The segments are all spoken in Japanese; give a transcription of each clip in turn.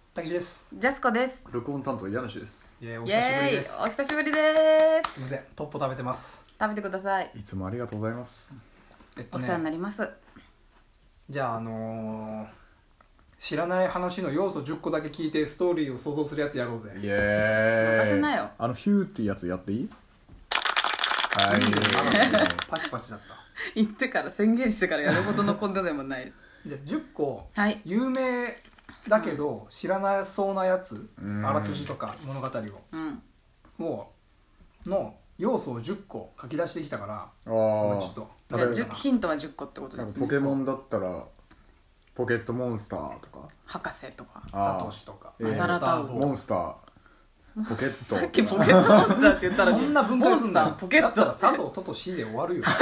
たけしです。 ジャスコです。 録音担当家主です。 お久しぶりです。 お久しぶりです。 すみません、トッポ食べてます。 食べてください。 いつもありがとうございます。 お世話になります。 じゃあ知らない話の要素10個だけ聞いてストーリーを想像するやつやろうぜ。 イエーイ。 任せなよ。 ヒューってやつやっていい？はい。 パチパチだった。 言ってから宣言してからやるほどのことでもない。 じゃあ10個、 はい、 有名だけど知らなそうなやつ、あらすじとか物語を、の要素を10個書き出してきたから、ちょっとじゃあヒントは10個ってことですね。 ポケモンだったらポケットモンスターとか博士とかサトシとかマサラタウンモンスターポケットさっきポケットモンスターって言ったらそんな分解すんだよ。 モンスターポケットだったら佐藤トトシで終わるよ。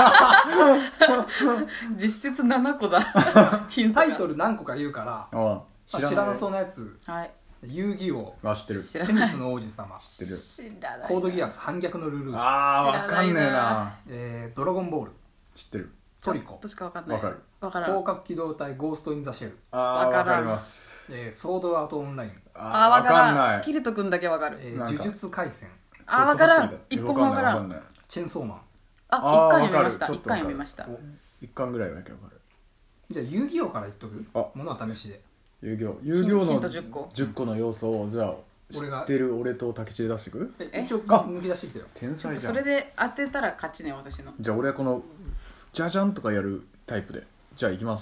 実質7個だ。ヒントがタイトル何個か言うから知らなそうなやつ、 はい、 遊戯王、 知ってる。 テニスの王子様、 知ってる。 コードギアス反逆のルルーシュ、 わかんねえな。 ドラゴンボール、 知ってる。 トリコ、 しかわかんない。 わかる。 広角機動隊ゴーストインザシェル、 わかります。 ソードアートオンライン、 わからない。キリト君だけわかる。 呪術廻戦、 わからん。1個もわからん。 チェンソーマン。 1巻読みました。1巻読みました。 1巻ぐらいだけわかる。 じゃあ遊戯王から言っとく。ものは試しで。 遊戯王の10個の要素をじゃあ知ってる俺と竹地で出してく？ 一応抜き出してきてよ。 天才じゃん。 それで当てたら勝ちね、私の。 じゃあ俺はこのジャジャンとかやるタイプで。じゃあいきます。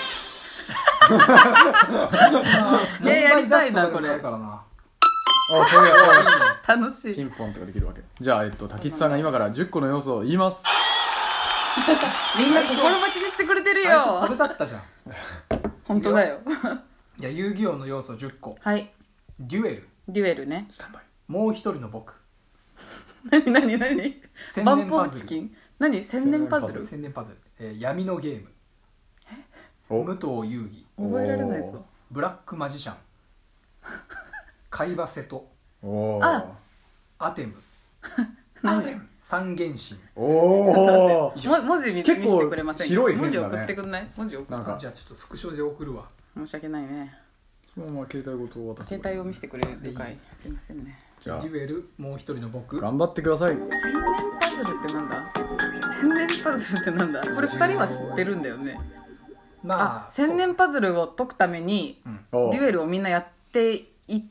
やりたいなこれ。楽しい。 ピンポンとかできるわけ。じゃあ竹地さんが今から10個の要素を言います。 みんな心待ちにしてくれてるよ。 最初それだったじゃん。 本当だよ。 じゃあ遊戯王の要素10個。 はい。 デュエルね。 スタンバイ。 もう一人の僕。 何バンポパーチキン。何？千年パズル。 闇のゲーム。武藤遊戯。 覚えられないぞ。 ブラックマジシャン。海馬瀬戸。アテム。三原神。 文字見せてくれませんか？文字送ってくんない？文字送って。 じゃあちょっとスクショで送るわ。 申し訳ないね。 携帯ごと渡す。 携帯を見せてくれるかい。すいませんね。 じゃあデュエル、もう一人の僕。 頑張ってください。 千年パズルってなんだ？千年パズルってなんだ？これ2人は知ってるんだよね。千年パズルを解くためにデュエルをみんなやっていって、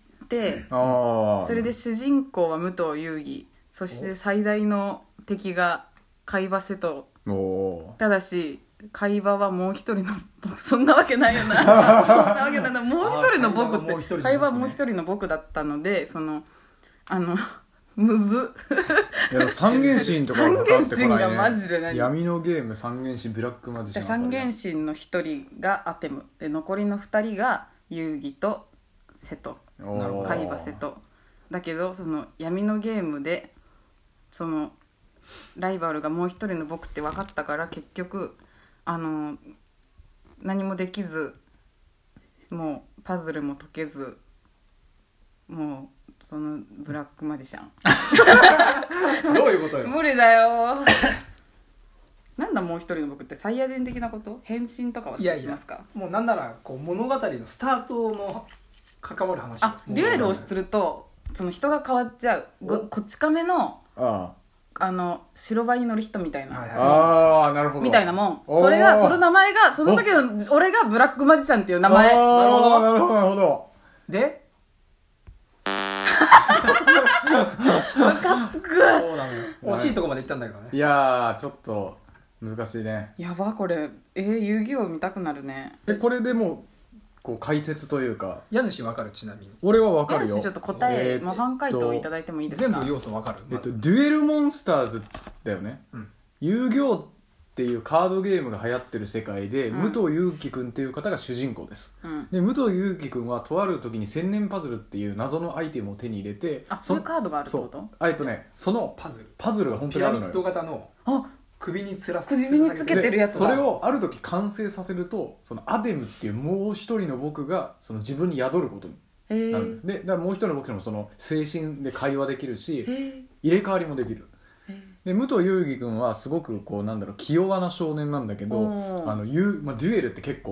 それで主人公は武藤遊戯、そして最大の敵が海馬瀬戸。ただし会話はもう一人の僕。そんなわけないよな。そんなわけないな。もう一人の僕って会話もう一人の僕だったので、むずっ。 三原神とかがかかってこないね。三原神がマジで何？ 闇のゲーム、三原神、ブラックマジシャン。 三原神の一人がアテムで、残りの二人が遊戯と瀬戸、海馬瀬戸だけど、その闇のゲームでそのライバルがもう一人の僕って分かったから、結局何もできず、もうパズルも解けず、もうそのブラックマジシャン。 どういうことよ。 無理だよ。なんだもう一人の僕って、サイヤ人的なこと？変身とかはしますか？ もうなんならこう物語のスタートの関わる話。 デュエルをするとその人が変わっちゃう。こち亀の白バイに乗る人みたいな。 なるほど。 みたいなもん。その名前が、その時の俺がブラックマジシャンっていう名前。 なるほど。 なるほど。 でムカつく。 そうなのよ。惜しいとこまで行ったんだけどね。 いやー、ちょっと難しいね。 やば、これ。遊戯王見たくなるね。 これでもこう解説というか。 家主わかる？ちなみに。 俺はわかるよ。 家主ちょっと答え、模範解答いただいてもいいですか？ 全部要素わかる？ デュエルモンスターズだよね。遊戯王っていうカードゲームが流行ってる世界で、武藤遊戯くんっていう方が主人公です。で、武藤遊戯くんはとある時に千年パズルっていう謎のアイテムを手に入れて、 そういうカードがあるってこと？ そのパズルが本当にあるのよ。 ピラミッド型の首につけてるやつだ。それをある時完成させると、そのアデムっていうもう一人の僕がその自分に宿ることになるんです。で、だからもう一人の僕もその精神で会話できるし、入れ替わりもできる。で、武藤遊戯君はすごくこう気弱な少年なんだけど、デュエルって結構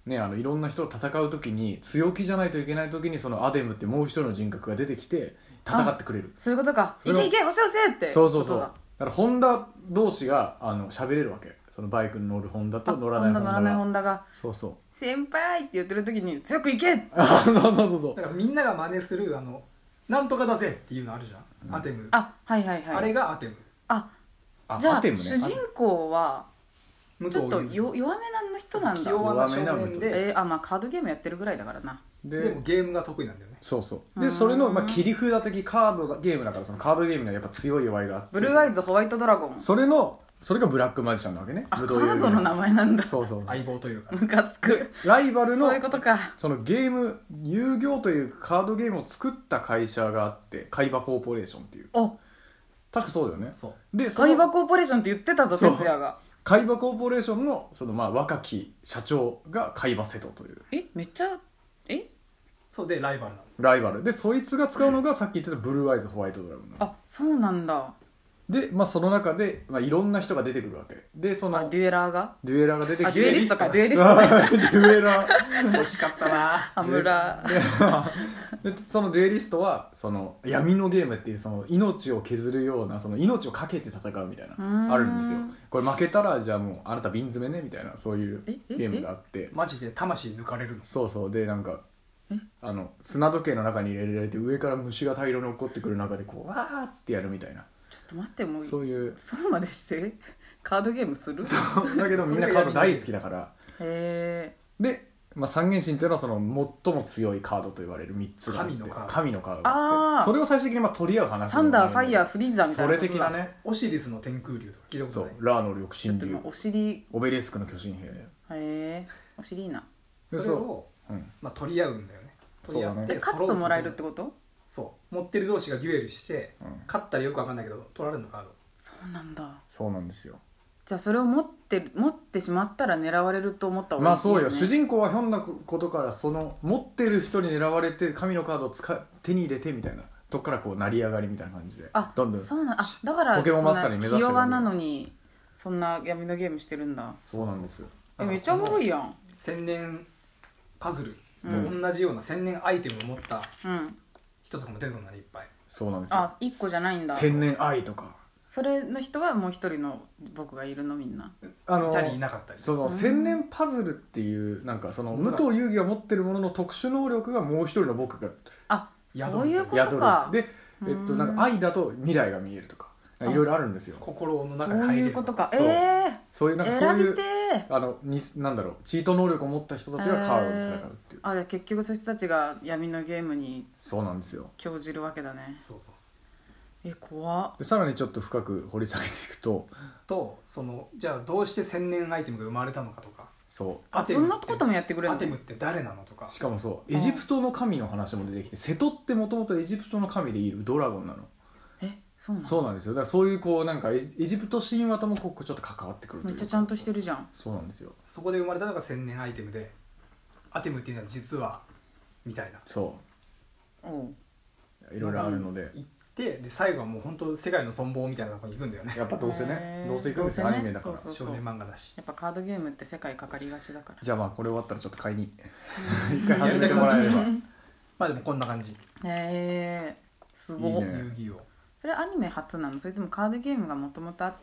ね、いろんな人と戦う時に強気じゃないといけない時にそのアデムってもう一人の人格が出てきて戦ってくれる。 そういうことか。いけいけ押せ押せって。 そうそうそう。だからホンダ同士が喋れるわけ。そのバイクに乗るホンダと乗らないホンダが。 乗らないホンダが。 そうそう。 先輩って言ってる時に強くいけ。 そうそうそうそう。 だからみんなが真似するなんとかだぜっていうのあるじゃん。アテム。 はいはいはい。 あれがアテム。 じゃあ主人公はちょっと弱めな人なんだ。 気弱な少年で、 まあカードゲームやってるぐらいだからな。 でもゲームが得意なんだよね。 そうそうでそれの切り札的カードゲームだから、そのカードゲームにはやっぱ強い弱いがあって、 ブルーアイズホワイトドラゴン、 それがブラックマジシャンなわけね。 彼女の名前なんだ。 そうそう相棒というかムカつく。 ライバルのそういうことか。 そのゲーム遊戯王というカードゲームを作った会社があって、海馬コーポレーションっていう。確かそうだよね。 で海馬コーポレーションって言ってたぞ哲也が。 海馬コーポレーションの若き社長が海馬瀬戸という。 めっちゃそうでライバルなの。 ライバルで、そいつが使うのがさっき言ってたブルーアイズホワイトドラゴンなの。 そうなんだ。 で、その中で、いろんな人が出てくるわけで、そのデュエラーが出てきて、 デュエリストか、デュエリストね。 デュエラー惜しかったな。 アムラでそのデュエリストはその闇のゲームっていう、その命を削るような、その命をかけて戦うみたいなあるんですよ。これ負けたらじゃあもうあなた瓶詰めねみたいな、そういうゲームがあって、 マジで魂抜かれるの。 そうそう。でなんか砂時計の中に入れられて、上から虫が大量に落っこってくる中でこうわーってやるみたいな。 ちょっと待って、もうそういうそうまでしてカードゲームする。 そうだけどみんなカード大好きだから。 へで、三原神っていうのはその最も強いカードと言われる3つがあって、神のカードがあって、それを最終的に取り合う話。 サンダー、ファイヤー、フリーザーみたいな。 それ的なね。 オシリスの天空竜とか聞いたことない。 そうラーの緑神竜、 お尻、 オベリスクの巨神兵。 へえ、お尻いいな。 それを取り合うんだよね。取り合って勝つともらえるってこと？ そう持ってる同士がデュエルして、勝ったらよく分かんないけど取られるのカード。 そうなんだ。 そうなんですよ。 じゃあそれを持ってしまったら狙われると思った方がいいよね。 そうよ。主人公はひょんなことからその持ってる人に狙われて神のカードを手に入れてみたいなとこからこう成り上がりみたいな感じで、どんどんそうなんだからポケモンマスターに目指してる。 気弱なのにそんな闇のゲームしてるんだ。 そうなんですよ。 めっちゃおもろいやん。 千年パズルと同じような千年アイテムを持った人とかも出てくるのね、いっぱい。 そうなんですよ。 1個じゃないんだ。 千年愛とか。 それの人はもう一人の僕がいるの。みんないたりいなかったり。 その千年パズルっていうなんかその武藤遊戯が持ってるものの特殊能力がもう一人の僕がそういうことか。 で、なんか愛だと未来が見えるとかいろいろあるんですよ。 心の中に入れる。 そういうことか。 そういうなんかそういう選なんだろう、チート能力を持った人たちがカードで戦うっていう。 じゃあ結局そういう人たちが闇のゲームにそうなんですよ。 興じるわけだね。 そう怖っ。 でさらにちょっと深く掘り下げていくとじゃあどうして千年アイテムが生まれたのかとか、 そんなこともやってくれるの。 アテムって誰なのとか。 しかもエジプトの神の話も出てきて、瀬戸ってもともとエジプトの神でいるドラゴンなの。そうなんですよ。だからそういうこうなんかエジプト神話ともちょっと関わってくるという。 めっちゃちゃんとしてるじゃん。 そうなんですよ。 そこで生まれたのが千年アイテムで、アテムっていうのは実はみたいな。 いろいろあるのでで最後はもう本当世界の存亡みたいなところに行くんだよね。 やっぱどうせ行くんですよ。アニメだから少年漫画だし。 やっぱカードゲームって世界かかりがちだから。 じゃあこれ終わったらちょっと買いに一回始めてもらえれば。 でもこんな感じ。 すごい。 遊戯王。 それアニメ初なの？それともカードゲームがもともとあって、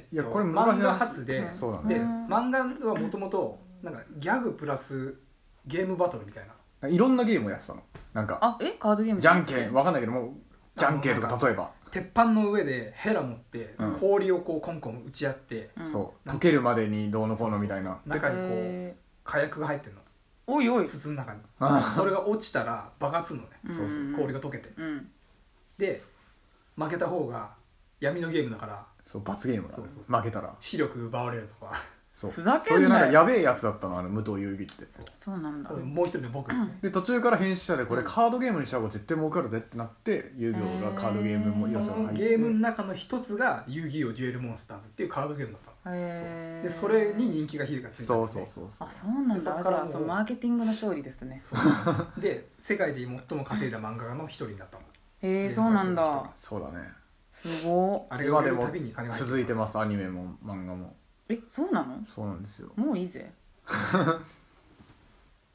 いやこれ漫画初で、漫画はもともとなんかギャグプラスゲームバトルみたいな、 いろんなゲームをやってたの。なんかカードゲームじゃんけんわかんないけども、じゃんけんとか例えば鉄板の上でヘラ持って氷をこうコンコン打ち合って、 溶けるまでにどうのこうのみたいな。 中にこう火薬が入ってるの。 おいおい。 筒の中に。それが落ちたら爆発するのね。氷が溶けて。で負けた方が闇のゲームだから、 罰ゲームだね。負けたら視力奪われるとか。 ふざけんなよ。 そういうなんかやべえやつだったの、武藤遊戯って。 そうなんだ。 もう一人の僕で途中から編集者でこれカードゲームにした方が絶対儲かるぜってなって、遊戯王がカードゲームもそのゲームの中の一つが遊戯王デュエルモンスターズっていうカードゲームだったの。でそれに人気が火がついたんですね。 そうなんだ。じゃあマーケティングの勝利ですね。 で世界で最も稼いだ漫画家の一人になったの。 そうなんだ。 そうだね。 すごい。あれが売れるたびに金が入って続いてます。アニメも漫画も。 そうなの？ そうなんですよ。 もういいぜ。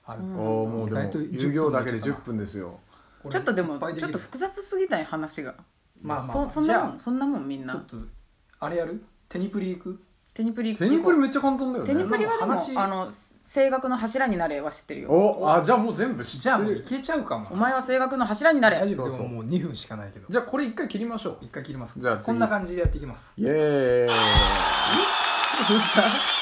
もうでも遊戯王だけで10分ですよ。 ちょっとでもちょっと複雑すぎない話が。まあそんなもんみんな。 ちょっとあれやる？テニプリ行く？ テニプリめっちゃ簡単だよね。 テニプリはでも声楽の柱になれは知ってるよ。じゃあもう全部知ってる。 じゃあもういけちゃうかも。 お前は声楽の柱になれ。 でももう2分しかないけど。 じゃあこれ一回切りましょう。 一回切ります。 じゃあこんな感じでやっていきます。 イエーイ